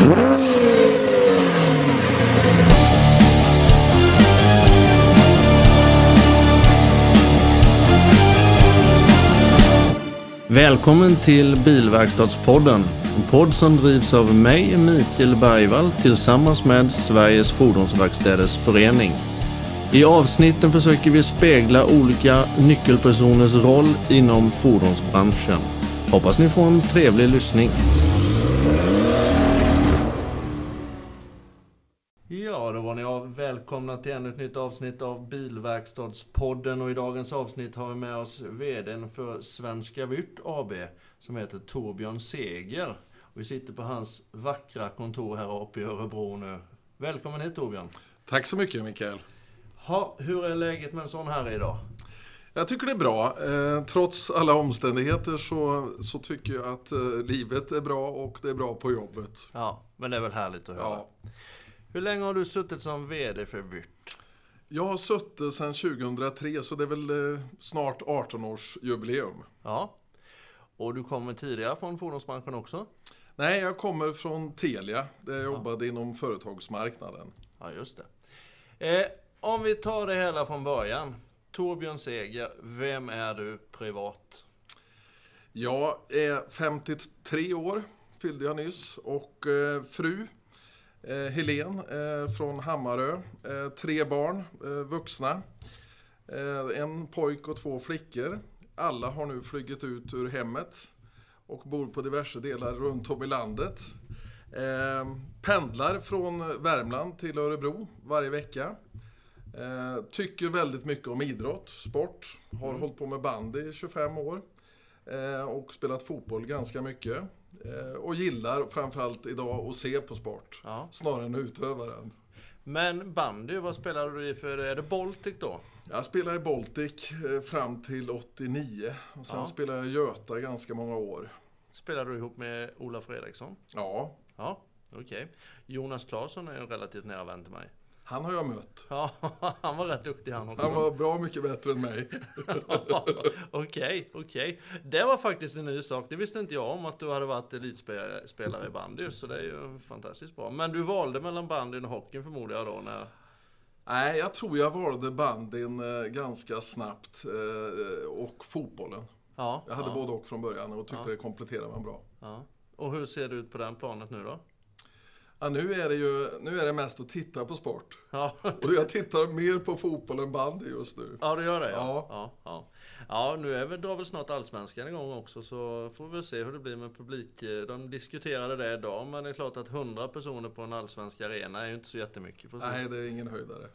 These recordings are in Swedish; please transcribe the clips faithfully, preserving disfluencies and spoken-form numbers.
Välkommen till Bilverkstadspodden, en podd som drivs av mig, Mikael Bergvall, tillsammans med Sveriges Fordonsverkstäders förening. I avsnitten försöker vi spegla olika nyckelpersoners roll inom fordonsbranschen. Hoppas ni får en trevlig lyssning. Ja, då var ni av välkomna till ännu ett nytt avsnitt av Bilverkstadspodden, och i dagens avsnitt har vi med oss vdn för Svenska Vyrt A B som heter Torbjörn Seger. Och vi sitter på hans vackra kontor här uppe i Örebro nu. Välkommen hit, Torbjörn. Tack så mycket, Mikael. Ha, hur är läget med en sån här idag? Jag tycker det är bra. Eh, trots alla omständigheter så, så tycker jag att eh, livet är bra och det är bra på jobbet. Ja, men det är väl härligt att höra. Ja. Hur länge har du suttit som vd för Vyrt? Jag har suttit sedan tjugohundratre, så det är väl eh, snart arton års jubileum. Ja, och du kommer tidigare från fordonsbranschen också? Nej, jag kommer från Telia där jag jobbade ja. inom företagsmarknaden. Ja, just det. Eh, om vi tar det hela från början. Torbjörn Seger, vem är du privat? Jag är femtiotre år, fyllde jag nyss, och eh, fru. Eh, Helen eh, från Hammarö, eh, tre barn, eh, vuxna, eh, en pojk och två flickor. Alla har nu flugit ut ur hemmet och bor på diverse delar runt om i landet. Eh, pendlar från Värmland till Örebro varje vecka. Eh, tycker väldigt mycket om idrott, sport, har mm. hållit på med bandy i tjugofem år eh, och spelat fotboll ganska mycket. Och gillar framförallt idag att se på sport, ja. snarare än utöva den. Men bandy, vad spelar du i för? Är det Baltic då? Jag spelar i Baltic fram till åttionio. Och sen ja. spelar jag Göta ganska många år. Spelar du ihop med Ola Fredriksson? Ja. Ja, okej. Okay. Jonas Claesson är ju relativt nära vän till mig. Han har jag mött. Ja, han var rätt duktig han också. Han var bra mycket bättre än mig. Okej, okej. Okay, okay. Det var faktiskt en ny sak. Det visste inte jag om, att du hade varit elitspelare i bandy. Så det är ju fantastiskt bra. Men du valde mellan bandyn och hockeyn förmodar jag då? När... Nej, jag tror jag valde bandyn ganska snabbt. Och fotbollen. Ja, jag hade ja. både och från början och tyckte ja. det kompletterade man bra. Ja. Och hur ser det ut på den planet nu då? Ja, nu är det ju nu är det mest att titta på sport. Ja. Och jag tittar mer på fotboll än bandy just nu. Ja, du gör det. Ja. Ja, ja, ja. ja nu är väl, drar väl snart allsvenskan igång också, så får vi väl se hur det blir med publik. De diskuterade det idag, men det är klart att hundra personer på en allsvensk arena är ju inte så jättemycket. Precis. Nej, det är ingen höjdare.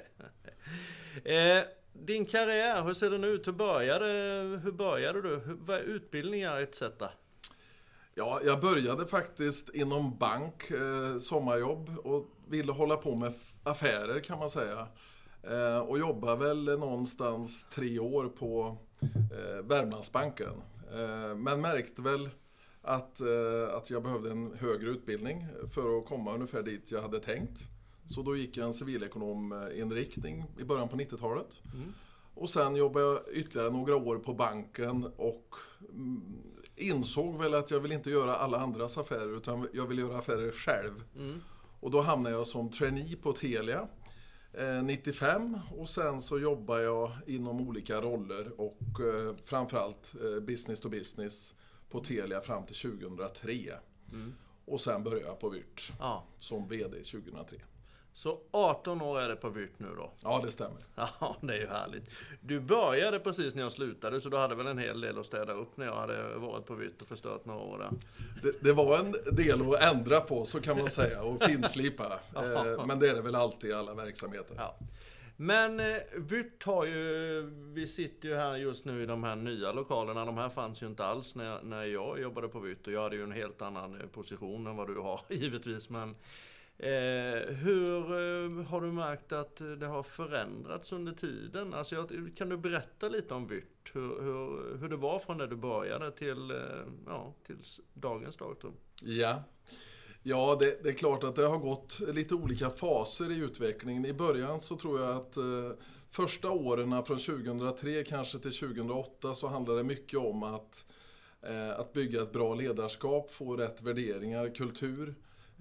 eh, din karriär, hur ser den ut? Hur började, hur började du? Hur, vad är utbildningar et cetera? Ja, jag började faktiskt inom bank, eh, sommarjobb, och ville hålla på med f- affärer kan man säga. Eh, och jobba väl någonstans tre år på eh, Värmlandsbanken. Eh, men märkte väl att, eh, att jag behövde en högre utbildning för att komma ungefär dit jag hade tänkt. Så då gick jag en civilekonominriktning i början på nittiotalet. Mm. Och sen jobbade jag ytterligare några år på banken och mm, insåg väl att jag vill inte göra alla andras affärer utan jag vill göra affärer själv. Mm. Och då hamnade jag som trainee på Telia eh, nittiofem, och sen så jobbar jag inom olika roller och eh, framförallt eh, business to business på Telia fram till tjugohundratre. Mm. Och sen började jag på Vyrt ja. som vd tjugohundratre. Så arton år är det på Vyrt nu då? Ja, det stämmer. Ja, det är ju härligt. Du började precis när jag slutade, så du hade väl en hel del att städa upp när jag hade varit på Vyrt och förstört några år där. Det, det var en del att ändra på, så kan man säga, och finslipa. eh, men det är det väl alltid i alla verksamheter. Ja. Men eh, Vyrt har ju, vi sitter ju här just nu i de här nya lokalerna. De här fanns ju inte alls när, när jag jobbade på Vyrt, och jag hade ju en helt annan position än vad du har givetvis, men Eh, hur eh, har du märkt att det har förändrats under tiden? Alltså, jag, kan du berätta lite om Vyrt? Hur, hur, hur det var från när du började till, eh, ja, till dagens datum? Ja, ja det, det är klart att det har gått lite olika faser i utvecklingen. I början så tror jag att eh, första åren från tjugohundratre kanske till tjugohundraåtta så handlade det mycket om att, eh, att bygga ett bra ledarskap, få rätt värderingar, kultur.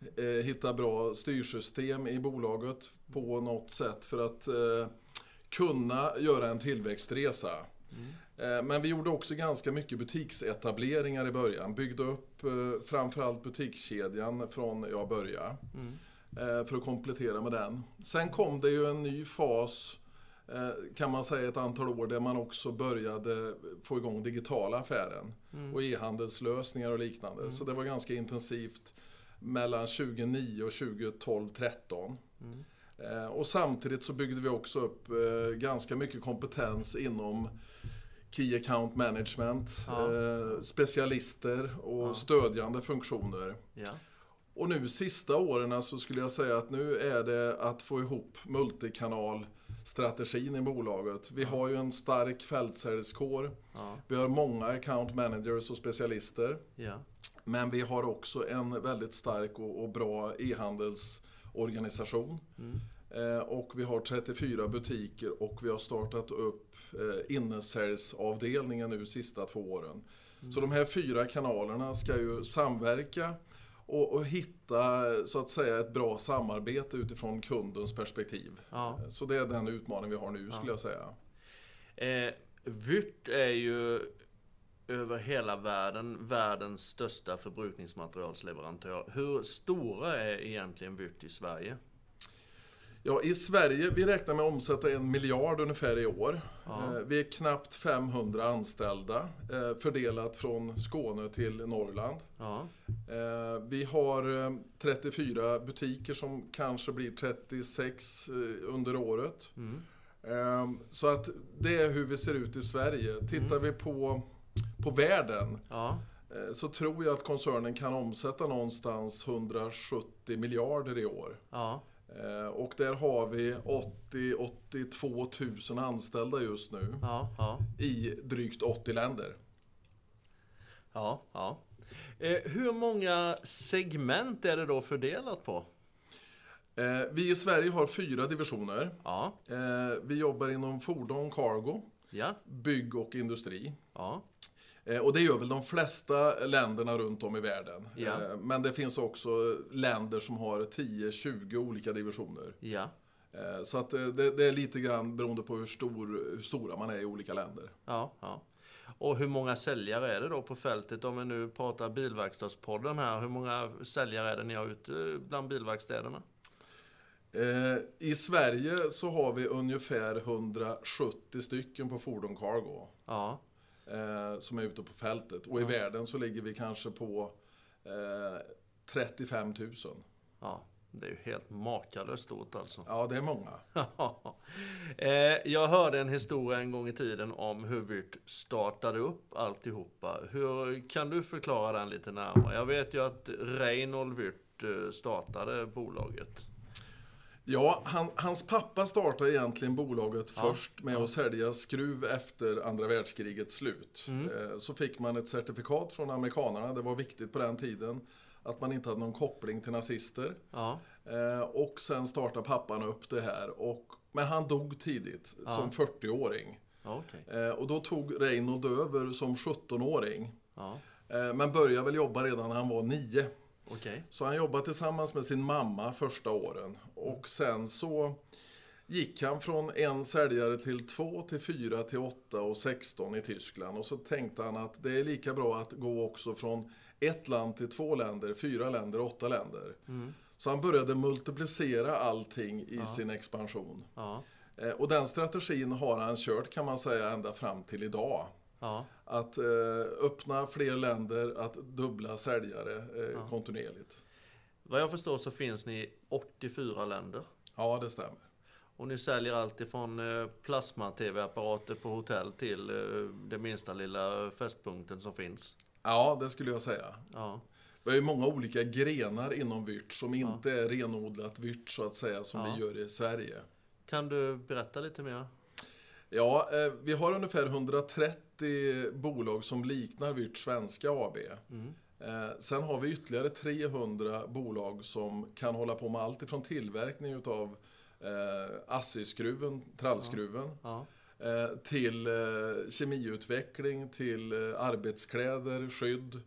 eh, hitta bra styrsystem i bolaget på något sätt för att eh, kunna göra en tillväxtresa. Mm. Eh, men vi gjorde också ganska mycket butiksetableringar i början. Byggde upp eh, framförallt butikskedjan från jag började. Mm. Eh, för att komplettera med den. Sen kom det ju en ny fas, eh, kan man säga ett antal år, där man också började få igång digitala affären. Mm. Och e-handelslösningar och liknande. Mm. Så det var ganska intensivt mellan tjugonio och tjugotolv tretton. Mm. Eh, och samtidigt så byggde vi också upp eh, ganska mycket kompetens inom Key Account Management, ja. eh, specialister och ja. stödjande funktioner. Ja. Och nu sista åren så skulle jag säga att nu är det att få ihop multikanalstrategin i bolaget. Vi ja. har ju en stark fältsäljskår. Ja. Vi har många account managers och specialister. Ja. Men vi har också en väldigt stark och, och bra e-handelsorganisation. Mm. Eh, och vi har trettiofyra butiker och vi har startat upp eh, innesäljsavdelningen nu sista två åren. Mm. Så de här fyra kanalerna ska ju samverka och, och hitta så att säga ett bra samarbete utifrån kundens perspektiv. Ja. Så det är den utmaning vi har nu ja. skulle jag säga. Eh, Vyrt är ju över hela världen världens största förbrukningsmaterialsleverantör. Hur stora är egentligen Vyrt i Sverige? Ja, i Sverige, vi räknar med att omsätta en miljard ungefär i år. Ja. Vi är knappt femhundra anställda, fördelat från Skåne till Norrland. Ja. Vi har trettiofyra butiker som kanske blir trettiosex under året. Mm. Så att det är hur vi ser ut i Sverige. Tittar mm. vi på, på världen ja. så tror jag att koncernen kan omsätta någonstans hundrasjuttio miljarder i år. Ja. Och där har vi åttio till åttiotvå tusen anställda just nu ja, ja. i drygt åttio länder. Ja, ja. Eh, hur många segment är det då fördelat på? Eh, vi i Sverige har fyra divisioner. Ja. Eh, vi jobbar inom fordon, cargo, ja. bygg och industri. Ja. Och det gör väl de flesta länderna runt om i världen. Ja. Men det finns också länder som har tio till tjugo olika divisioner. Ja. Så att det, det är lite grann beroende på hur, stor, hur stora man är i olika länder. Ja, ja. Och hur många säljare är det då på fältet? Om vi nu pratar bilverkstadspodden här. Hur många säljare är det ni har ute bland bilverkstäderna? I Sverige så har vi ungefär hundrasjuttio stycken på fordon cargo. Ja. Eh, som är ute på fältet. Och i ja. världen så ligger vi kanske på eh, trettiofem tusen. Ja, det är ju helt makalöst stort alltså. Ja, det är många. eh, jag hörde en historia en gång i tiden om hur Vyrt startade upp alltihopa. Hur kan du förklara den lite närmare? Jag vet ju att Reinhold Vyrt startade bolaget. Ja, han, hans pappa startade egentligen bolaget ja, först med ja. att sälja skruv efter andra världskrigets slut. Mm. Eh, så fick man ett certifikat från amerikanerna. Det var viktigt på den tiden att man inte hade någon koppling till nazister. Ja. Eh, och sen startade pappan upp det här. Och, men han dog tidigt ja. som fyrtioåring. Okay. Eh, och då tog Reinhold över som sjuttonåring. Ja. Eh, men började väl jobba redan när han var nio. Okay. Så han jobbade tillsammans med sin mamma första åren. Och sen så gick han från en säljare till två, till fyra, till åtta och sexton i Tyskland. Och så tänkte han att det är lika bra att gå också från ett land till två länder, fyra länder, åtta länder. Mm. Så han började multiplicera allting i ja. sin expansion. Ja. Och den strategin har han kört, kan man säga, ända fram till idag. Ja. Att eh, öppna fler länder, att dubbla säljare eh, ja. kontinuerligt. Vad jag förstår så finns ni i åttiofyra länder. Ja, det stämmer. Och ni säljer allt ifrån eh, plasma-tv-apparater på hotell till eh, den minsta lilla fästpunkten som finns. Ja, det skulle jag säga. Ja. Vi har ju många olika grenar inom Vyrt som inte ja. är renodlat Vyrt så att säga som ja. vi gör i Sverige. Kan du berätta lite mer? Ja, eh, vi har ungefär hundratrettio bolag som liknar Vyrt Svenska A B. Mm. Eh, sen har vi ytterligare trehundra bolag som kan hålla på med allt ifrån tillverkning utav eh, ASSI-skruven, trallskruven, ja. Ja. Eh, till eh, kemiutveckling, till eh, arbetskläder, skydd,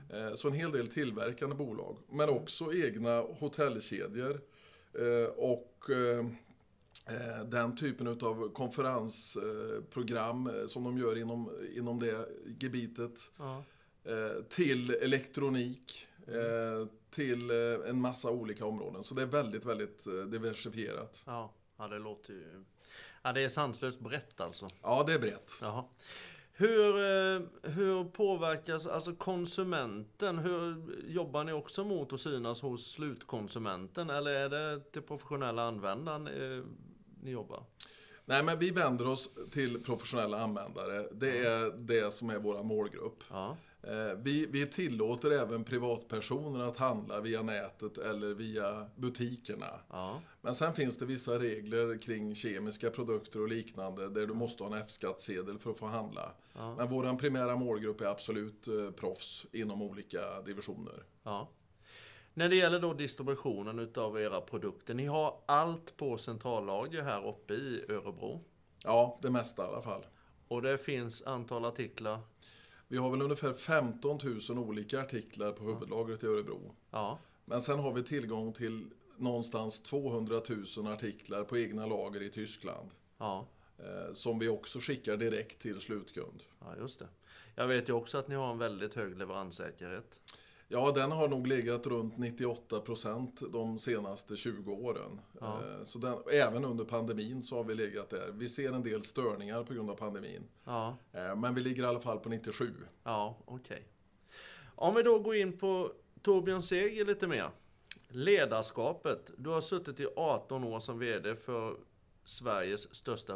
Eh, så en hel del tillverkande bolag. Men också egna hotellkedjor eh, och eh, den typen av konferensprogram eh, som de gör inom, inom det gebitet. Ja. Eh, till elektronik, eh, till eh, en massa olika områden. Så det är väldigt, väldigt eh, diversifierat. Ja, ja, det låter ju... Ja, det är sanslöst brett alltså. Ja, det är brett. Jaha. Hur, eh, hur påverkas alltså konsumenten? Hur jobbar ni också mot att synas hos slutkonsumenten? Eller är det till professionella användaren eh, ni jobbar? Nej, men vi vänder oss till professionella användare. Det är det som är våra målgrupp. Ja. Vi, vi tillåter även privatpersoner att handla via nätet eller via butikerna. Ja. Men sen finns det vissa regler kring kemiska produkter och liknande där du måste ha en F-skattsedel för att få handla. Ja. Men vår primära målgrupp är absolut eh, proffs inom olika divisioner. Ja. När det gäller då distributionen utav era produkter, ni har allt på centrallager här uppe i Örebro. Ja, det mesta i alla fall. Och det finns antal artiklar. Vi har väl ungefär femton tusen olika artiklar på huvudlagret i Örebro. Ja. Men sen har vi tillgång till någonstans tvåhundratusen artiklar på egna lager i Tyskland. Ja. Eh, som vi också skickar direkt till slutkund. Ja, just det. Jag vet ju också att ni har en väldigt hög leveranssäkerhet. Ja, den har nog legat runt nittioåtta procent de senaste tjugo åren. Ja. Eh, så den, även under pandemin så har vi legat där. Vi ser en del störningar på grund av pandemin. Ja. Eh, men vi ligger i alla fall på nittiosju. Ja, okej. Okay. Om vi då går in på Torbjörn Seger lite mer. Ledarskapet. Du har suttit i arton år som vd för Sveriges största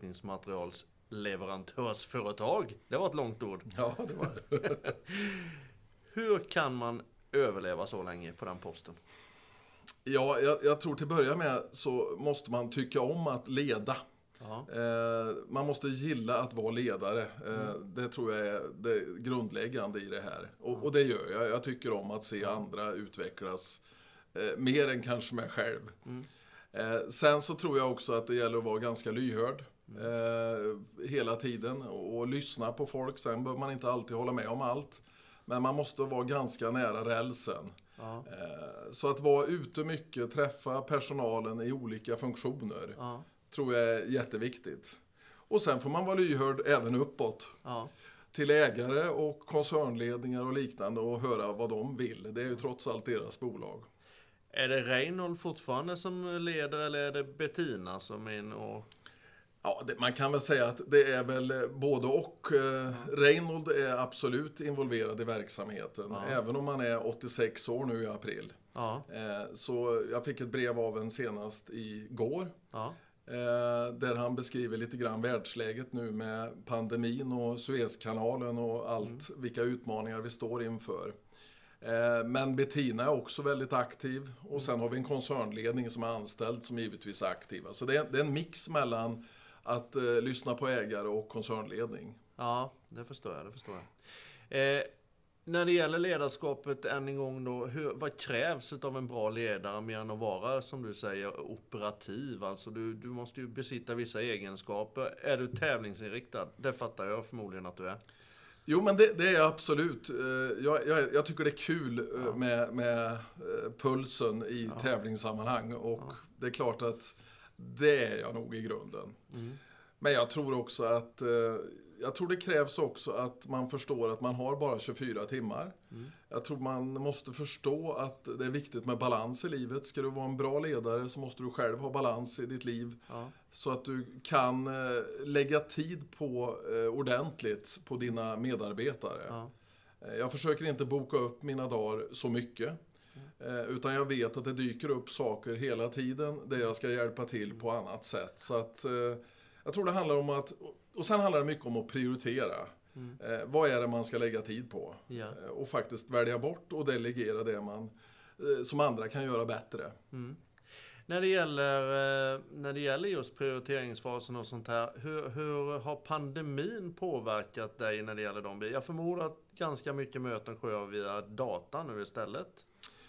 förbrukningsmaterialsleverantörsföretag. Det var ett långt ord. Ja, det var det. Hur kan man överleva så länge på den posten? Ja, jag, jag tror till att börja med så måste man tycka om att leda. Ja. Eh, man måste gilla att vara ledare. Eh, mm. Det tror jag är det grundläggande i det här. Och, ja. och det gör jag. Jag tycker om att se ja. andra utvecklas eh, mer än kanske mig själv. Mm. Eh, sen så tror jag också att det gäller att vara ganska lyhörd mm. eh, hela tiden och, och lyssna på folk. Sen behöver man inte alltid hålla med om allt. Men man måste vara ganska nära rälsen. Ja. Så att vara ute mycket, träffa personalen i olika funktioner ja. tror jag är jätteviktigt. Och sen får man vara lyhörd även uppåt. Ja. Till ägare och koncernledningar och liknande och höra vad de vill. Det är ju trots allt deras bolag. Är det Reinhold fortfarande som leder eller är det Bettina som är in och... Ja, det, man kan väl säga att det är väl både och. Eh, Reinhold är absolut involverad i verksamheten. Ja. Även om man är åttiosex år nu i april. Ja. Eh, så jag fick ett brev av en senast igår. Ja. Eh, där han beskriver lite grann världsläget nu med pandemin och Suezkanalen och allt. Mm. Vilka utmaningar vi står inför. Eh, men Bettina är också väldigt aktiv. Och sen har vi en koncernledning som är anställd som givetvis är aktiva. Så det är, det är en mix mellan att eh, lyssna på ägare och koncernledning. Ja, det förstår jag. Det förstår jag. Eh, när det gäller ledarskapet än en gång då, hur, vad krävs av en bra ledare mer än att vara, som du säger, operativ? Alltså du, du måste ju besitta vissa egenskaper. Är du tävlingsinriktad? Det fattar jag förmodligen att du är. Jo, men det, det är jag absolut. Jag, jag, jag tycker det är kul ja. med, med pulsen i ja. tävlingssammanhang och ja. det är klart att det är jag nog i grunden. Mm. Men jag tror också att jag tror det krävs också att man förstår att man har bara tjugofyra timmar. Mm. Jag tror man måste förstå att det är viktigt med balans i livet. Ska du vara en bra ledare så måste du själv ha balans i ditt liv. Ja. Så att du kan lägga tid på ordentligt på dina medarbetare. Ja. Jag försöker inte boka upp mina dagar så mycket. Mm. Utan jag vet att det dyker upp saker hela tiden där jag ska hjälpa till på annat sätt. Så att jag tror det handlar om att, och sen handlar det mycket om att prioritera. Mm. Eh, vad är det man ska lägga tid på? Ja. Eh, och faktiskt välja bort och delegera det man, eh, som andra kan göra bättre. Mm. När det gäller, eh, när det gäller just prioriteringsfasen och sånt här, hur, hur har pandemin påverkat dig när det gäller dem? Jag förmodar att ganska mycket möten sker via data nu istället.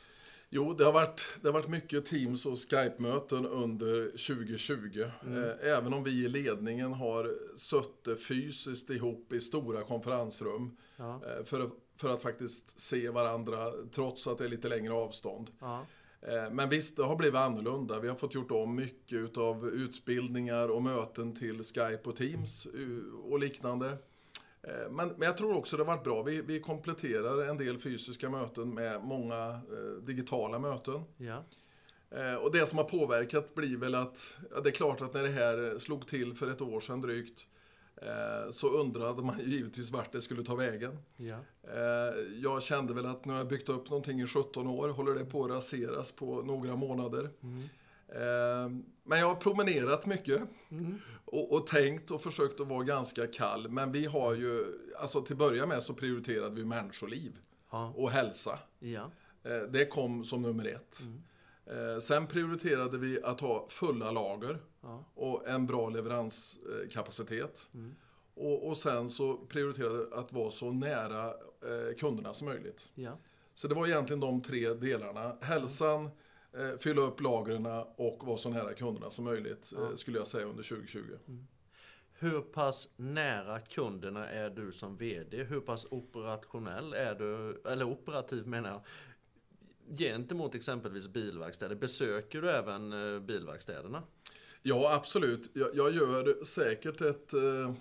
Jo, det har varit, det har varit mycket Teams och Skype-möten under tjugo tjugo. Mm. Även om vi i ledningen har suttit fysiskt ihop i stora konferensrum ja. för att för att faktiskt se varandra trots att det är lite längre avstånd. Ja. Men visst, det har blivit annorlunda. Vi har fått gjort om mycket av utbildningar och möten till Skype och Teams och liknande. Men, men jag tror också det har varit bra. Vi, vi kompletterar en del fysiska möten med många eh, digitala möten. Ja. Eh, och det som har påverkat blir väl att, ja, det är klart att när det här slog till för ett år sedan drygt, eh, så undrade man givetvis vart det skulle ta vägen. Ja. Eh, jag kände väl att nu har jag byggt upp någonting i sjutton år, håller det på att raseras på några månader. Mm. Eh, men jag har promenerat mycket. Mm. Och, och tänkt och försökt att vara ganska kall. Men vi har ju, alltså till börja med så prioriterade vi människoliv Ja. och hälsa. Ja. Eh, det kom som nummer ett. Mm. Eh, sen prioriterade vi att ha fulla lager Ja. och en bra leveranskapacitet. Mm. Och, och sen så prioriterade vi att vara så nära eh, kunderna som möjligt. Ja. Så det var egentligen de tre delarna. Hälsan, eh, fylla upp lagren och vara så nära kunderna som möjligt, Ja. eh, skulle jag säga under tjugo tjugo. Mm. Hur pass nära kunderna är du som vd? Hur pass operationell är du, eller operativ menar jag, gentemot exempelvis bilverkstäder? Besöker du även eh, bilverkstäderna? Ja, absolut. Jag, jag gör säkert ett, eh,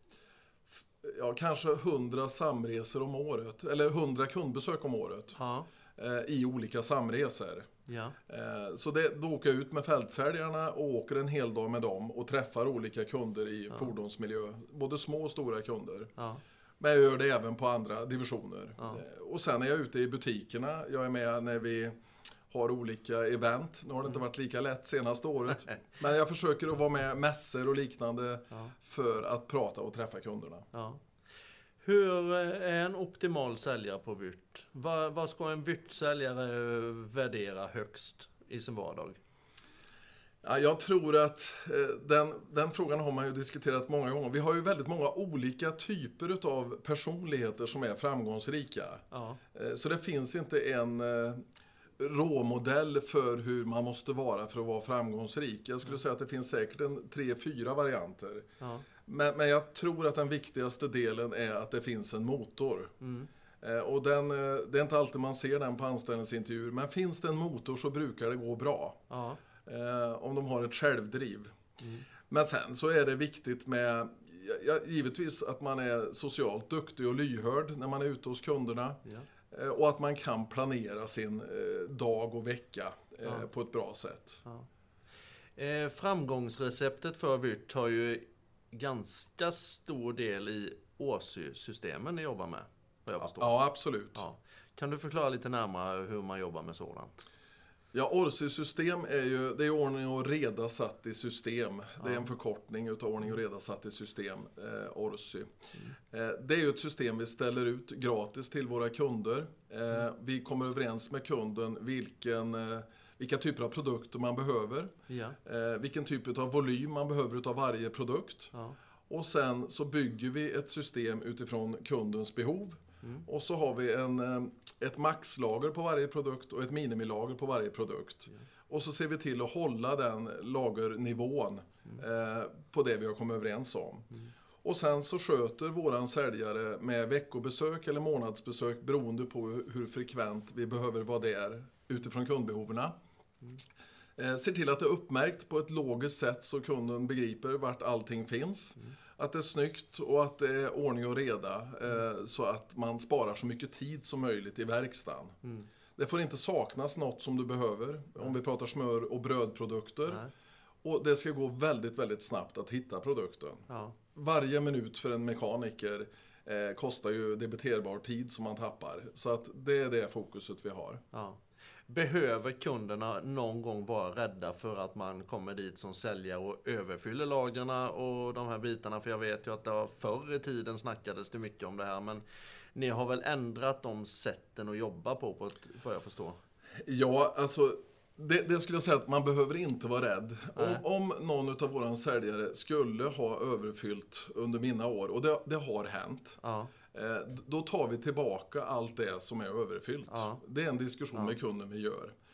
ja, kanske hundra samresor om året, eller hundra kundbesök om året, Ja. eh, i olika samresor. Ja. Eh, så det, då åker jag ut med fältsäljarna och åker en hel dag med dem och träffar olika kunder i Ja. fordonsmiljö, både små och stora kunder. Ja. Men jag gör det även på andra divisioner. Ja. Eh, och sen är jag ute i butikerna, jag är med när vi har olika event. Nu har det inte varit lika lätt senaste året. Men jag försöker att vara med mässor och liknande Ja. för att prata och träffa kunderna. Ja. Hur är en optimal säljare på Vyrt? Vad, vad ska en Vyrt-säljare värdera högst i sin vardag? Ja, jag tror att eh, den, den frågan har man ju diskuterat många gånger. Vi har ju väldigt många olika typer av personligheter som är framgångsrika. Ja. Eh, så det finns inte en eh, råmodell för hur man måste vara för att vara framgångsrik. Jag skulle säga att det finns säkert en tre, fyra varianter. Ja. Men, men jag tror att den viktigaste delen är att det finns en motor. Mm. Eh, och den, eh, det är inte alltid man ser den på anställningsintervjuer. Men finns det en motor så brukar det gå bra. Ja. Eh, om de har ett självdriv. Mm. Men sen så är det viktigt med, ja, givetvis att man är socialt duktig och lyhörd när man är ute hos kunderna. Ja. Eh, och att man kan planera sin eh, dag och vecka eh, Ja. på ett bra sätt. Ja. Eh, framgångsreceptet för Vyrt har ju ganska stor del i Åsy-systemen ni jobbar med, vad jag förstår. Ja, absolut. Ja. Kan du förklara lite närmare hur man jobbar med sådant? Ja, Orsy-system är ju, det är ordning och reda satt i system. Det är en förkortning utav ordning och reda satt i system, eh, Orsy. Mm. Eh, det är ju ett system vi ställer ut gratis till våra kunder. Eh, mm. Vi kommer överens med kunden vilken, eh, vilka typer av produkter man behöver. Ja. Eh, vilken typ av volym man behöver utav varje produkt. Ja. Och sen så bygger vi ett system utifrån kundens behov. Mm. Och så har vi en, ett maxlager på varje produkt och ett minimilager på varje produkt. Ja. Och så ser vi till att hålla den lagernivån mm. eh, på det vi har kommit överens om. Mm. Och sen så sköter våran säljare med veckobesök eller månadsbesök beroende på hur frekvent vi behöver vara där utifrån kundbehoverna. Mm. Eh, ser till att det är uppmärkt på ett logiskt sätt så kunden begriper vart allting finns. Mm. Att det är snyggt och att det är ordning och reda eh, så att man sparar så mycket tid som möjligt i verkstaden. Mm. Det får inte saknas något som du behöver, mm. om vi pratar smör- och brödprodukter. Nej. Och det ska gå väldigt, väldigt snabbt att hitta produkten. Ja. Varje minut för en mekaniker eh, kostar ju debiterbar tid som man tappar. Så att det är det fokuset vi har. Ja. Behöver kunderna någon gång vara rädda för att man kommer dit som säljare och överfyller lagerna och de här bitarna? För jag vet ju att det förr i tiden snackades det mycket om det här, men ni har väl ändrat de sätten att jobba på, på ett, vad jag förstår? Ja, alltså det, det skulle jag säga att man behöver inte vara rädd. Om, om någon av våra säljare skulle ha överfyllt under mina år, och det, det har hänt, ja. Då tar vi tillbaka allt det som är överfyllt. Ja. Det är en diskussion ja. med kunden vi gör.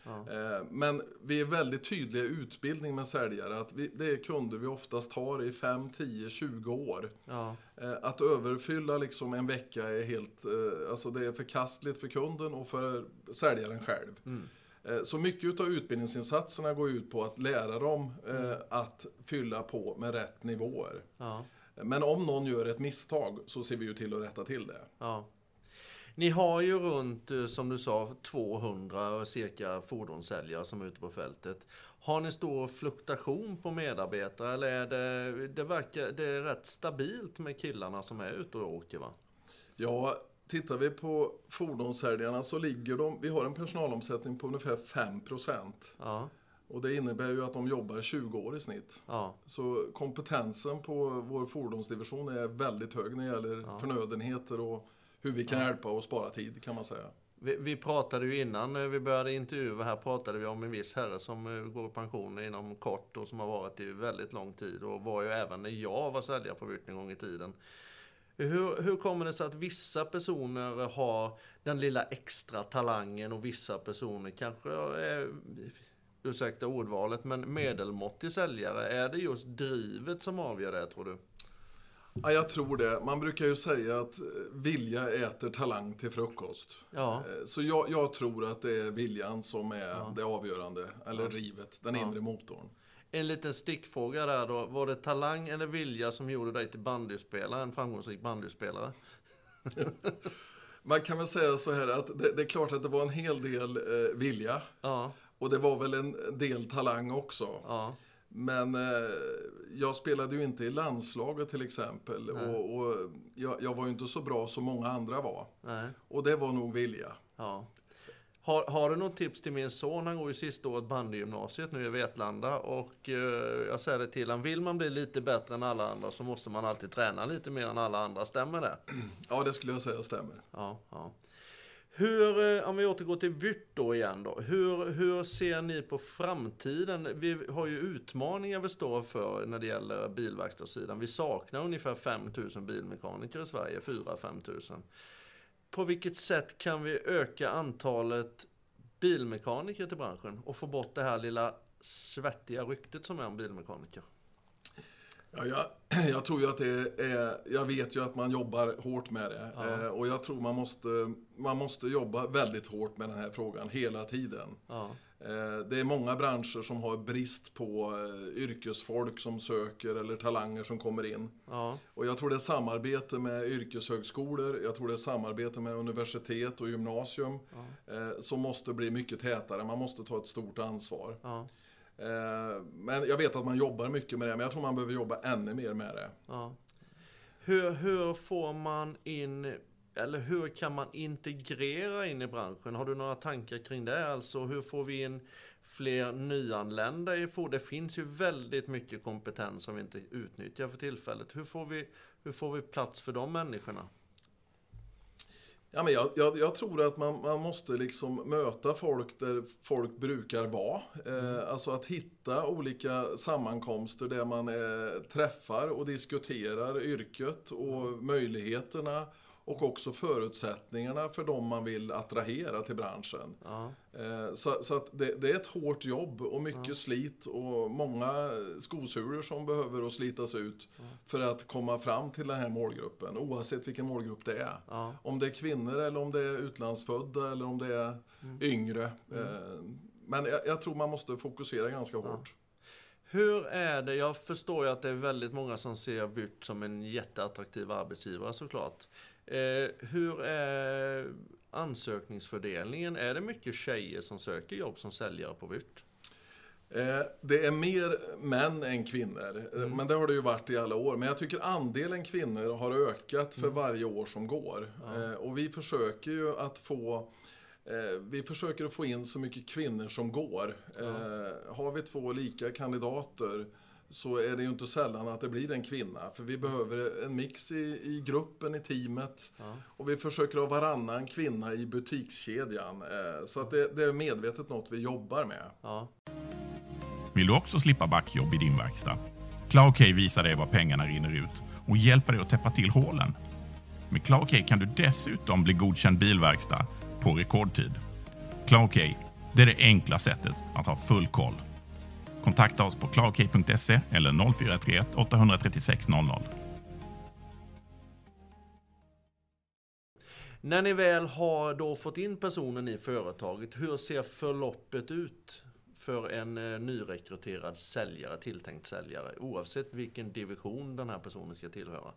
Ja. Eh, men vi är väldigt tydliga i utbildning med säljare att vi, det är kunder vi oftast har i fem, tio, tjugo år. Ja. Eh, att överfylla liksom en vecka är helt, eh, alltså det är förkastligt för kunden och för säljaren själv. Mm. Eh, så mycket av utbildningsinsatserna går ut på att lära dem eh, Mm. att fylla på med rätt nivåer. Ja. Men om någon gör ett misstag så ser vi ju till att rätta till det. Ja. Ni har ju runt, som du sa, tvåhundra cirka fordonssäljare som är ute på fältet. Har ni stor fluktuation på medarbetare eller är det, det verkar, det är rätt stabilt med killarna som är ute och åker, va? Ja, tittar vi på fordonssäljarna så ligger de, vi har en personalomsättning på ungefär fem procent. Ja. Och det innebär ju att de jobbar tjugo år i snitt. Ja. Så kompetensen på vår fordonsdivision är väldigt hög när det gäller Ja. förnödenheter och hur vi kan Ja. hjälpa och spara tid, kan man säga. Vi, vi pratade ju innan vi började intervjua här, pratade vi om en viss herre som går i pension inom kort och som har varit i väldigt lång tid och var ju även när jag var säljare på Vyrt en gång i tiden. Hur, hur kommer det sig att vissa personer har den lilla extra talangen och vissa personer kanske är, ursäkta ordvalet, men medelmåttig säljare? Är det just drivet som avgör det, tror du? Ja, jag tror det. Man brukar ju säga att vilja äter talang till frukost. Ja. Så jag, jag tror att det är viljan som är Ja. det avgörande, eller Ja. drivet, den Ja. inre motorn. En liten stickfråga där då. Var det talang eller vilja som gjorde dig till bandyspelare, en framgångsrik bandyspelare? Man kan väl säga så här att det, det är klart att det var en hel del eh, vilja. Ja, Och det var väl en del talang också. ja, Men eh, jag spelade ju inte i landslaget till exempel. Nej. Och, och jag, jag var ju inte så bra som många andra var. nej, Och det var nog vilja. ja. Har, har du något tips till min son? Han går ju sista året bandygymnasiet nu i Vetlanda. Och eh, jag säger det till han, vill man bli lite bättre än alla andra så måste man alltid träna lite mer än alla andra. Stämmer det? Ja, det skulle jag säga stämmer. Ja, ja. Hur, eh, om vi återgår till Vyrt då igen då. Hur, hur ser ni på framtiden? Vi har ju utmaningar vi står för när det gäller bilverkstadssidan. Vi saknar ungefär fem tusen bilmekaniker i Sverige, fyra till fem tusen. På vilket sätt kan vi öka antalet bilmekaniker till branschen och få bort det här lilla svettiga ryktet som är om bilmekaniker? Ja, jag, jag tror ju att det är, jag vet ju att man jobbar hårt med det. Ja. Eh, och jag tror man måste, man måste jobba väldigt hårt med den här frågan hela tiden. Ja, Eh, det är många branscher som har brist på eh, yrkesfolk som söker eller talanger som kommer in. ja, Och jag tror det är samarbete med yrkeshögskolor, jag tror det är samarbete med universitet och gymnasium ja, eh, som måste bli mycket tätare. Man måste ta ett stort ansvar. ja, Eh, men jag vet att man jobbar mycket med det, men jag tror man behöver jobba ännu mer med det. ja. Hur, hur får man in, eller hur kan man integrera in i branschen? Har du några tankar kring det? Alltså hur får vi in fler nyanlända i fordon? Det finns ju väldigt mycket kompetens som vi inte utnyttjar för tillfället. Hur får vi, hur får vi plats för de människorna? Ja, men jag, jag, jag tror att man, man måste liksom möta folk där folk brukar vara. Eh, alltså att hitta olika sammankomster där man eh, träffar och diskuterar yrket och möjligheterna och också förutsättningarna för dem man vill attrahera till branschen. Ja, Eh, så så att det, det är ett hårt jobb och mycket Ja. slit och många skosulor som behöver att slitas ut Ja. för att komma fram till den här målgruppen, oavsett vilken målgrupp det är. ja, Om det är kvinnor eller om det är utlandsfödda eller om det är Mm. yngre. Mm. Eh, Men jag, jag tror man måste fokusera ganska Ja. hårt. Hur är det? Jag förstår ju att det är väldigt många som ser Vyrt som en jätteattraktiv arbetsgivare såklart. Eh, hur är ansökningsfördelningen? Är det mycket tjejer som söker jobb som säljare på Vyrt? Eh, Det är mer män än kvinnor, eh, Mm. men det har det ju varit i alla år. Men jag tycker andelen kvinnor har ökat för Mm. varje år som går. Ja. Eh, Och vi försöker ju att få eh, vi försöker att få in så mycket kvinnor som går. Ja. Eh, Har vi två lika kandidater så är det ju inte sällan att det blir en kvinna. För vi behöver en mix i, i gruppen, i teamet. Ja. Och vi försöker ha varannan kvinna i butikskedjan. Eh, Så att det, det är medvetet något vi jobbar med. Ja. Vill du också slippa backjobb i din verkstad? CloudOK visar dig var pengarna rinner ut och hjälper dig att täppa till hålen. Med CloudOK kan du dessutom bli godkänd bilverkstad på rekordtid. CloudOK, Det är det enkla sättet att ha full koll. Kontakta oss på clarokey punkt se eller noll fyra tre ett åtta tre sex noll noll. När ni väl har då fått in personen i företaget, hur ser förloppet ut för en eh, nyrekryterad säljare, tilltänkt säljare, oavsett vilken division den här personen ska tillhöra?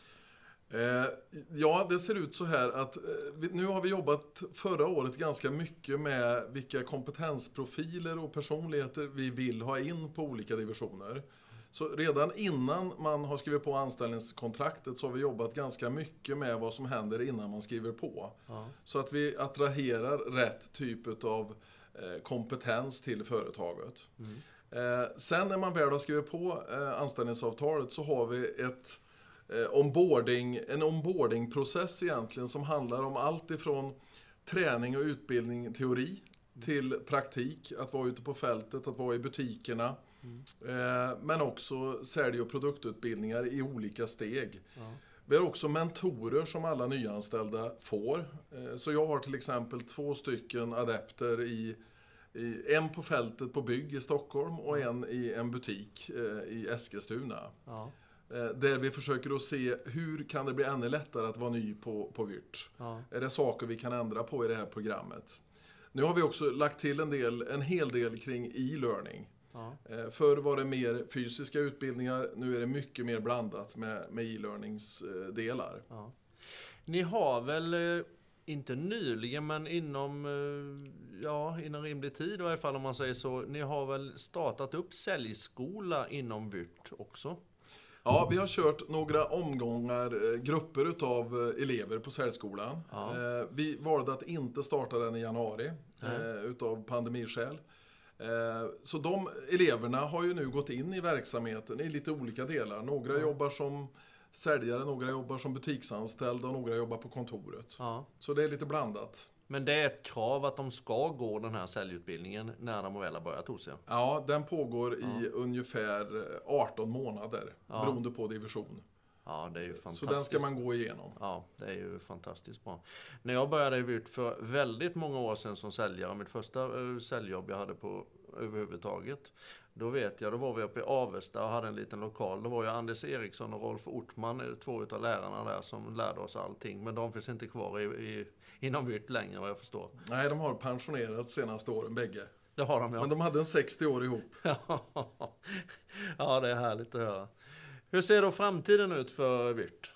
Eh, ja, det ser ut så här att eh, vi, nu har vi jobbat förra året ganska mycket med vilka kompetensprofiler och personligheter vi vill ha in på olika divisioner. Så redan innan man har skrivit på anställningskontraktet så har vi jobbat ganska mycket med vad som händer innan man skriver på. Ja. Så att vi attraherar rätt typ av eh, kompetens till företaget. Mm. Eh, sen när man väl har skrivit på eh, anställningsavtalet så har vi ett eh, onboarding, en onboardingprocess egentligen som handlar om allt ifrån träning och utbildning, teori, mm. till praktik, att vara ute på fältet, att vara i butikerna. Mm. Eh, men också sälj- och produktutbildningar i olika steg. Ja. Vi har också mentorer som alla nyanställda får. Eh, så jag har till exempel två stycken adepter i, i en på fältet på bygg i Stockholm och en i en butik eh, i Eskilstuna. Ja. Eh, där vi försöker att se hur kan det bli ännu lättare att vara ny på, på Vyrt. Ja. Är det saker vi kan ändra på i det här programmet? Nu har vi också lagt till en, del, en hel del kring e-learning. Ja. Förr var det mer fysiska utbildningar, nu är det mycket mer blandat med, med e-learningsdelar. Ja. Ni har väl, inte nyligen, men inom, ja, inom rimlig tid i varje fall om man säger så, ni har väl startat upp säljskola inom Vyrt också? Ja, vi har kört några omgångar, grupper utav elever på säljskolan. Ja. Vi valde att inte starta den i januari mm. utav pandemiskäl. Så de eleverna har ju nu gått in i verksamheten i lite olika delar. Några mm. jobbar som säljare, några jobbar som butiksanställda och några jobbar på kontoret. Ja. Så det är lite blandat. Men det är ett krav att de ska gå den här säljutbildningen när de väl har börjat hos er? Ja, den pågår ja. i ungefär arton månader ja. beroende på division. Ja, det är ju fantastiskt. Så den ska man gå igenom. Ja, det är ju fantastiskt bra. När jag började i Vyrt för väldigt många år sedan som säljare, mitt första uh, säljjobb jag hade på överhuvudtaget, då vet jag, då var vi uppe i Avesta och hade en liten lokal. Då var ju Anders Eriksson och Rolf Ortman, två utav lärarna där som lärde oss allting. Men de finns inte kvar i, i, inom Vyrt längre vad jag förstår. Nej, de har pensionerat senaste åren bägge. Det har de, ja. Men de hade en sextio år ihop. Ja, det är härligt att höra. Hur ser då framtiden ut för Vyrt?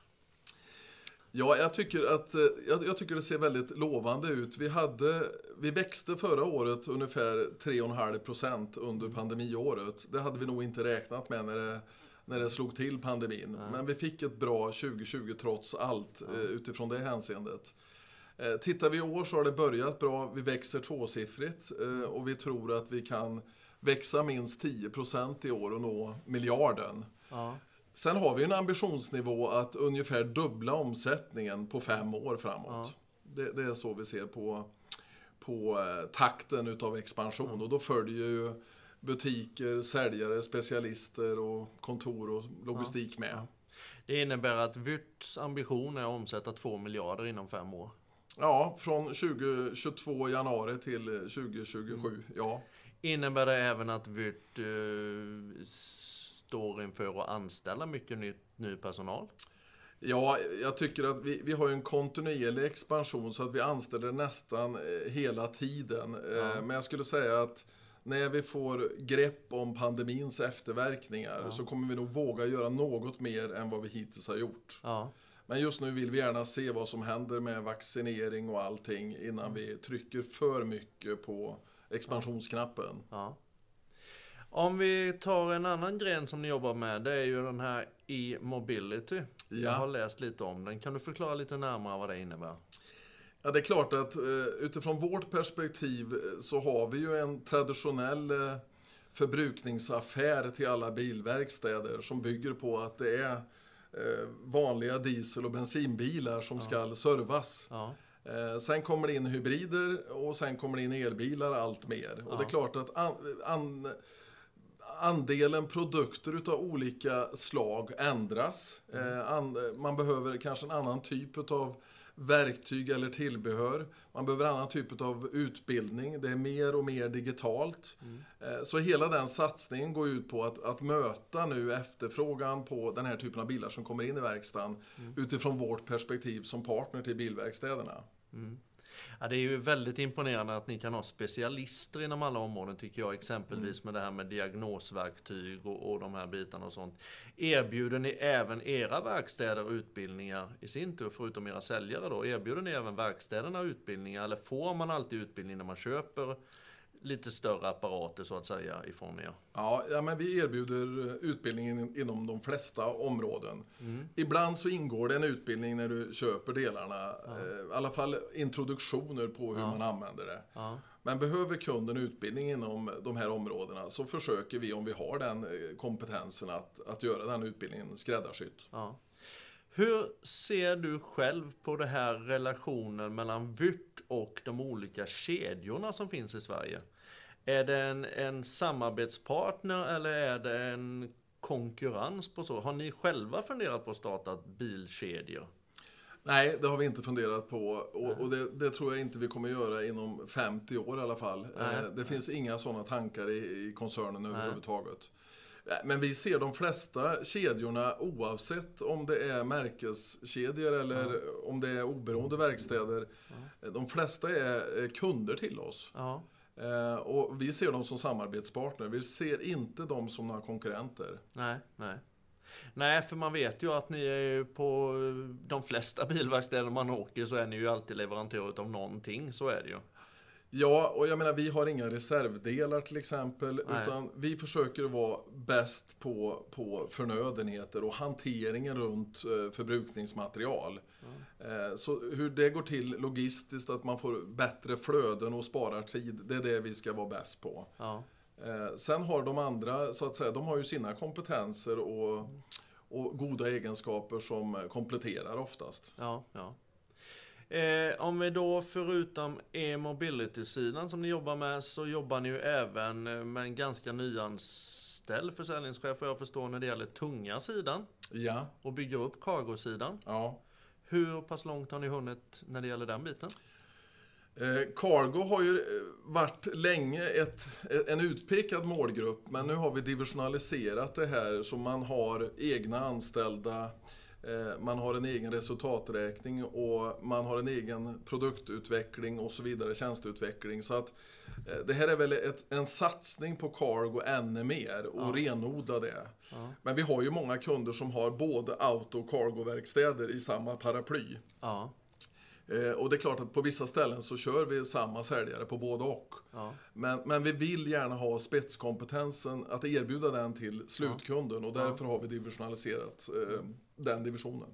Ja, jag tycker att jag, jag tycker det ser väldigt lovande ut. Vi hade vi växte förra året ungefär tre komma fem procent under pandemiåret. Det hade vi nog inte räknat med när det när det slog till pandemin. Nej. Men vi fick ett bra tjugo tjugo trots allt ja. utifrån det hänseendet. Tittar vi i år så har det börjat bra. Vi växer tvåsiffrigt och vi tror att vi kan växa minst tio procent i år och nå miljarden. Ja. Sen har vi en ambitionsnivå att ungefär dubbla omsättningen på fem år framåt. Ja. Det, det är så vi ser på, på takten utav expansion. Ja. Och då följer ju butiker, säljare, specialister och kontor och logistik ja. med. Ja. Det innebär att Vyrts ambition är att omsätta två miljarder inom fem år. Ja, från tjugo tjugotvå januari till tjugo tjugosju, ja. Innebär det även att Vyrt eh, står inför att anställa mycket ny, ny personal? Ja, jag tycker att vi, vi har en kontinuerlig expansion så att vi anställer nästan hela tiden. Ja. Men jag skulle säga att när vi får grepp om pandemins efterverkningar ja. så kommer vi nog våga göra något mer än vad vi hittills har gjort. Ja. Men just nu vill vi gärna se vad som händer med vaccinering och allting innan mm. vi trycker för mycket på expansionsknappen. Ja. Om vi tar en annan gren som ni jobbar med, det är ju den här e-mobility. Ja. Jag har läst lite om den. Kan du förklara lite närmare vad det innebär? Ja, det är klart att utifrån vårt perspektiv så har vi ju en traditionell förbrukningsaffär till alla bilverkstäder som bygger på att det är vanliga diesel- och bensinbilar som ja. ska servas. Ja. Sen kommer det in hybrider och sen kommer det in elbilar allt mer. Ja. Och det är klart att an, an, andelen produkter utav olika slag ändras. Mm. Eh, an, man behöver kanske en annan typ av verktyg eller tillbehör. Man behöver annan typ av utbildning. Det är mer och mer digitalt. Mm. Så hela den satsningen går ut på att, att möta nu efterfrågan på den här typen av bilar som kommer in i verkstaden mm. utifrån vårt perspektiv som partner till bilverkstäderna. Mm. Ja, det är ju väldigt imponerande att ni kan ha specialister inom alla områden tycker jag, exempelvis mm. med det här med diagnosverktyg och, och de här bitarna och sånt. Erbjuder ni även era verkstäder utbildningar i sin tur, förutom era säljare då? Erbjuder ni även verkstäderna utbildningar, eller får man alltid utbildning när man köper lite större apparater så att säga ifrån er? Ja, ja men vi erbjuder utbildning inom de flesta områden. Mm. Ibland så ingår det en utbildning när du köper delarna. Ja. I alla fall introduktioner på hur ja. man använder det. Ja. Men behöver kunden utbildning inom de här områdena så försöker vi, om vi har den kompetensen, att, att göra den utbildningen skräddarsytt. Ja. Hur ser du själv på det här relationen mellan Vyrt och de olika kedjorna som finns i Sverige? Är det en, en samarbetspartner eller är det en konkurrens på så? Har ni själva funderat på att starta bilkedjor? Nej, det har vi inte funderat på och, och det, det tror jag inte vi kommer göra inom femtio år i alla fall. Nej. Det Nej. finns inga sådana tankar i, i koncernen överhuvudtaget. Men vi ser de flesta kedjorna, oavsett om det är märkeskedjor eller ja. om det är oberoende verkstäder. Ja. De flesta är kunder till oss. Ja. Eh, och vi ser dem som samarbetspartner. Vi ser inte dem som några konkurrenter. Nej, nej. Nej, för man vet ju att ni är ju på de flesta bilverkstäder man åker så är ni ju alltid leverantör av någonting, så är det ju. Ja, och jag menar vi har inga reservdelar till exempel, Nej. utan vi försöker vara bäst på, på förnödenheter och hanteringen runt eh, förbrukningsmaterial. Mm. Eh, så hur det går till logistiskt, att man får bättre flöden och sparar tid, det är det vi ska vara bäst på. Ja. Eh, sen har de andra, så att säga, de har ju sina kompetenser och, och goda egenskaper som kompletterar oftast. Ja, ja. Eh, om vi då förutom e-mobility-sidan som ni jobbar med så jobbar ni ju även med en ganska nyanställd försäljningschef jag förstår när det gäller tunga sidan. Ja. Och bygger upp cargo-sidan. Ja. Hur pass långt har ni hunnit när det gäller den biten? Eh, Cargo har ju varit länge ett, en utpekad målgrupp, men nu har vi divisionaliserat det här så man har egna anställda. Man har en egen resultaträkning och man har en egen produktutveckling och så vidare, tjänsteutveckling. Så att det här är väl ett, en satsning på Cargo ännu mer och ja. renodla det. Ja. Men vi har ju många kunder som har både auto- och cargo-verkstäder i samma paraply. Ja. Och det är klart att på vissa ställen så kör vi samma säljare på både och. Ja. Men, men vi vill gärna ha spetskompetensen att erbjuda den till slutkunden och därför ja. har vi divisionaliserat eh, den divisionen.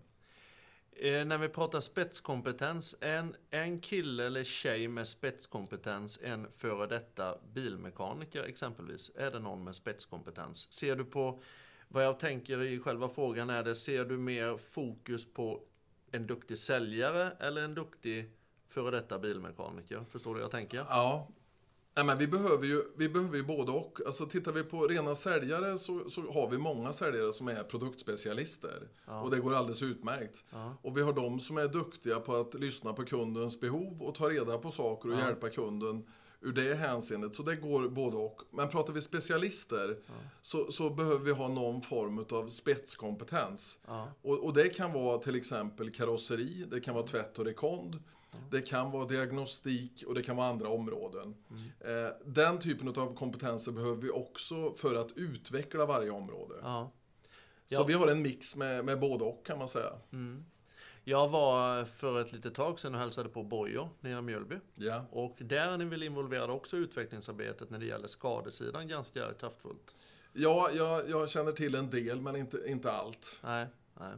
Eh, när vi pratar spetskompetens, en, en kille eller tjej med spetskompetens, en före detta bilmekaniker exempelvis, är det någon med spetskompetens? Ser du på, vad jag tänker i själva frågan är det, ser du mer fokus på en duktig säljare eller en duktig före detta bilmekaniker? Förstår du vad jag tänker? Ja, Nej, men vi behöver ju vi behöver ju både och. Alltså tittar vi på rena säljare så, så har vi många säljare som är produktspecialister. Ja. Och det går alldeles utmärkt. Ja. Och vi har de som är duktiga på att lyssna på kundens behov och ta reda på saker och ja. hjälpa kunden ur det hänseendet. Så det går både och. Men pratar vi specialister ja. så, så behöver vi ha någon form av spetskompetens. Ja. Och, och det kan vara till exempel karosseri, det kan vara tvätt och rekond. Det kan vara diagnostik och det kan vara andra områden. Mm. Eh, den typen av kompetenser behöver vi också för att utveckla varje område. Ja. Så ja. vi har en mix med, med både och kan man säga. Mm. Jag var för ett litet tag sedan och hälsade på Bojo nere i Mjölby. Ja. Och där är ni väl involverade också i utvecklingsarbetet när det gäller skadesidan ganska kraftfullt. Ja, jag, jag känner till en del men inte, inte allt. Nej, nej.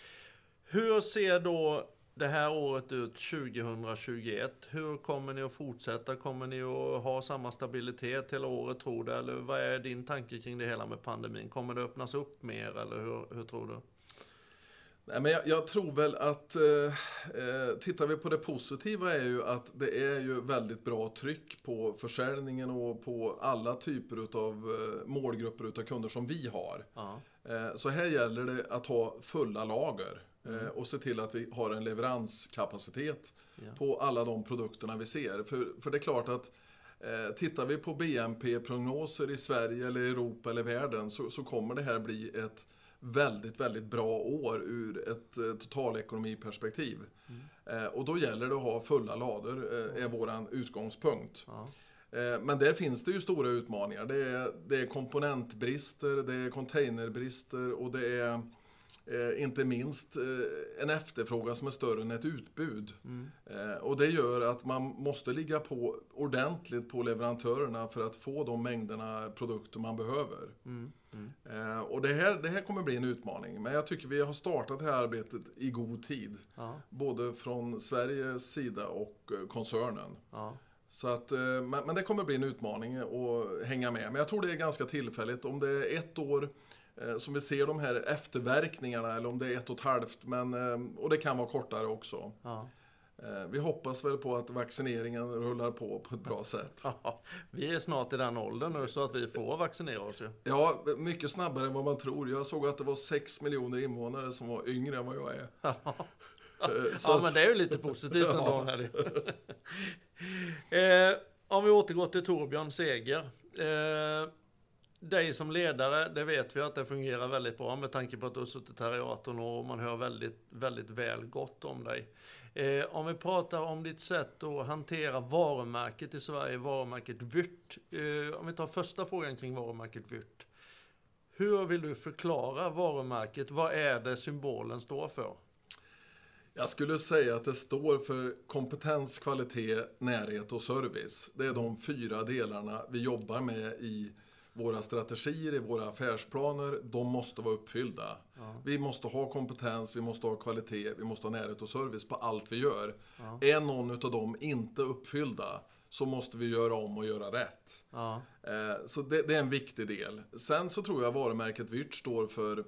Hur ser då det här året ut tjugohundratjugoett, hur kommer ni att fortsätta? Kommer ni att ha samma stabilitet hela året, tror du? Eller vad är din tanke kring det hela med pandemin? Kommer det öppnas upp mer eller hur, hur tror du? Nej, men jag, jag tror väl att eh, tittar vi på det positiva är ju att det är ju väldigt bra tryck på försäljningen och på alla typer av eh, målgrupper utav kunder som vi har. Ja. Eh, så här gäller det att ha fulla lager. mm. och se till att vi har en leveranskapacitet ja. på alla de produkterna vi ser. För, för det är klart att eh, tittar vi på B N P-prognoser i Sverige eller Europa eller världen så, så kommer det här bli ett väldigt, väldigt bra år ur ett eh, totalekonomiperspektiv. Mm. Eh, och då gäller det att ha fulla lador, eh, är våran utgångspunkt. Ja. Eh, men där finns det ju stora utmaningar. Det är, det är komponentbrister, det är containerbrister och det är eh, inte minst eh, en efterfrågan som är större än ett utbud. Mm. Eh, och det gör att man måste ligga på ordentligt på leverantörerna för att få de mängderna produkter man behöver. Mm. Mm. Eh, och det här, det här kommer bli en utmaning. Men jag tycker vi har startat det här arbetet i god tid. Ja. Både från Sveriges sida och eh, koncernen. Ja. Så att, eh, men, men det kommer bli en utmaning att hänga med. Men jag tror det är ganska tillfälligt. Om det är ett år eh, som vi ser de här efterverkningarna eller om det är ett och ett halvt. Men, eh, och det kan vara kortare också. Ja. Vi hoppas väl på att vaccineringen rullar på på ett bra sätt. Ja, vi är snart i den åldern nu så att vi får vaccinera oss ju. Ja, mycket snabbare än vad man tror. Jag såg att det var sex miljoner invånare som var yngre än vad jag är. Ja, ja att... men det är ju lite positivt ändå. Ja. eh, om vi återgår till Torbjörn Seger. Eh, dig som ledare, det vet vi att det fungerar väldigt bra med tanke på att du har suttit här i arton år och man hör väldigt, väldigt väl gott om dig. Eh, om vi pratar om ditt sätt att hantera varumärket i Sverige, varumärket Vyrt. Eh, om vi tar första frågan kring varumärket Vyrt. Hur vill du förklara varumärket? Vad är det symbolen står för? Jag skulle säga att det står för kompetens, kvalitet, närhet och service. Det är de fyra delarna vi jobbar med i våra strategier, i våra affärsplaner. De måste vara uppfyllda. Ja. Vi måste ha kompetens, vi måste ha kvalitet, vi måste ha närhet och service på allt vi gör. Ja. Är någon av dem inte uppfyllda så måste vi göra om och göra rätt. Ja. Eh, så det, det är en viktig del. Sen så tror jag varumärket Vyrt står för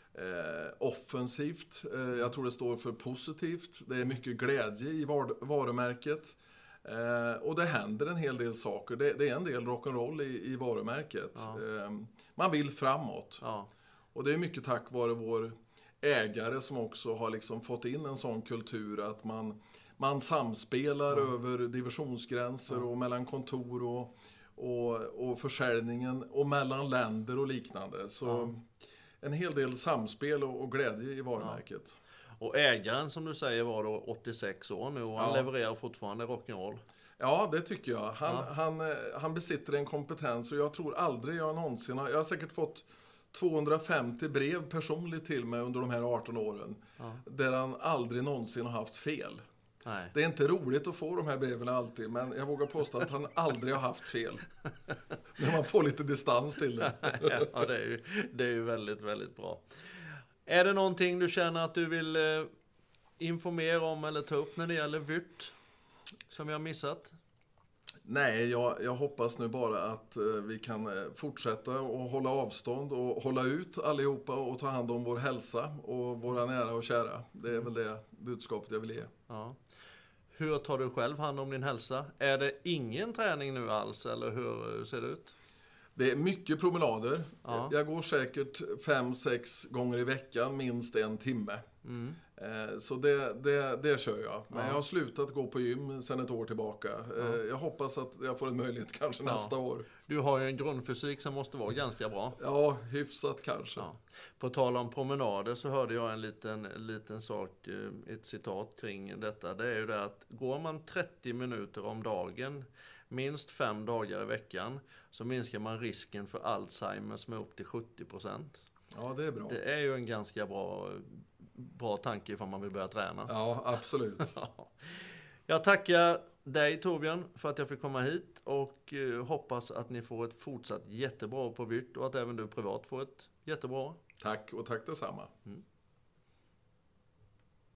Eh, offensivt, eh, jag tror det står för positivt, det är mycket glädje i var- varumärket eh, och det händer en hel del saker, det, det är en del rock'n'roll i, i varumärket. Ja. eh, man vill framåt. Ja. Och det är mycket tack vare vår ägare som också har liksom fått in en sån kultur att man, man samspelar ja. över divisionsgränser ja. och mellan kontor och, och, och försäljningen och mellan länder och liknande. Så ja. en hel del samspel och, och glädje i varumärket. Ja. Och ägaren som du säger var då åttiosex år nu och han ja. levererar fortfarande rock'n'roll. Ja, det tycker jag. Han, ja. han, han besitter en kompetens och jag tror aldrig jag någonsin har... Jag har säkert fått tvåhundrafemtio brev personligt till mig under de här arton åren. Ja. Där han aldrig någonsin har haft fel. Nej. Det är inte roligt att få de här breven alltid, men jag vågar påstå att han aldrig har haft fel. När man får lite distans till det. Ja, det är ju, det är ju väldigt, väldigt bra. Är det någonting du känner att du vill eh, informera om eller ta upp när det gäller Vyrt som jag har missat? Nej, jag, jag hoppas nu bara att eh, vi kan eh, fortsätta och hålla avstånd och hålla ut allihopa och ta hand om vår hälsa och våra nära och kära. Det är väl det budskapet jag vill ge. Ja. Hur tar du själv hand om din hälsa? Är det ingen träning nu alls eller hur ser det ut? Det är mycket promenader. Ja. Jag går säkert fem, sex gånger i veckan, minst en timme. Mm. Så det, det, det kör jag. Men ja. jag har slutat gå på gym sedan ett år tillbaka. Ja. Jag hoppas att jag får en möjlighet kanske ja. nästa år. Du har ju en grundfysik som måste vara ganska bra. Ja, hyfsat kanske. Ja. På tal om promenader så hörde jag en liten, liten sak, ett citat kring detta. Det är ju det att går man trettio minuter om dagen, minst fem dagar i veckan, så minskar man risken för Alzheimers med upp till sjuttio procent. Ja, det är bra. Det är ju en ganska bra, bra tanke ifall man vill börja träna. Ja, absolut. Jag tackar dig Torbjörn för att jag fick komma hit och hoppas att ni får ett fortsatt jättebra på Vyrt och att även du privat får ett jättebra. Tack och tack detsamma. Mm.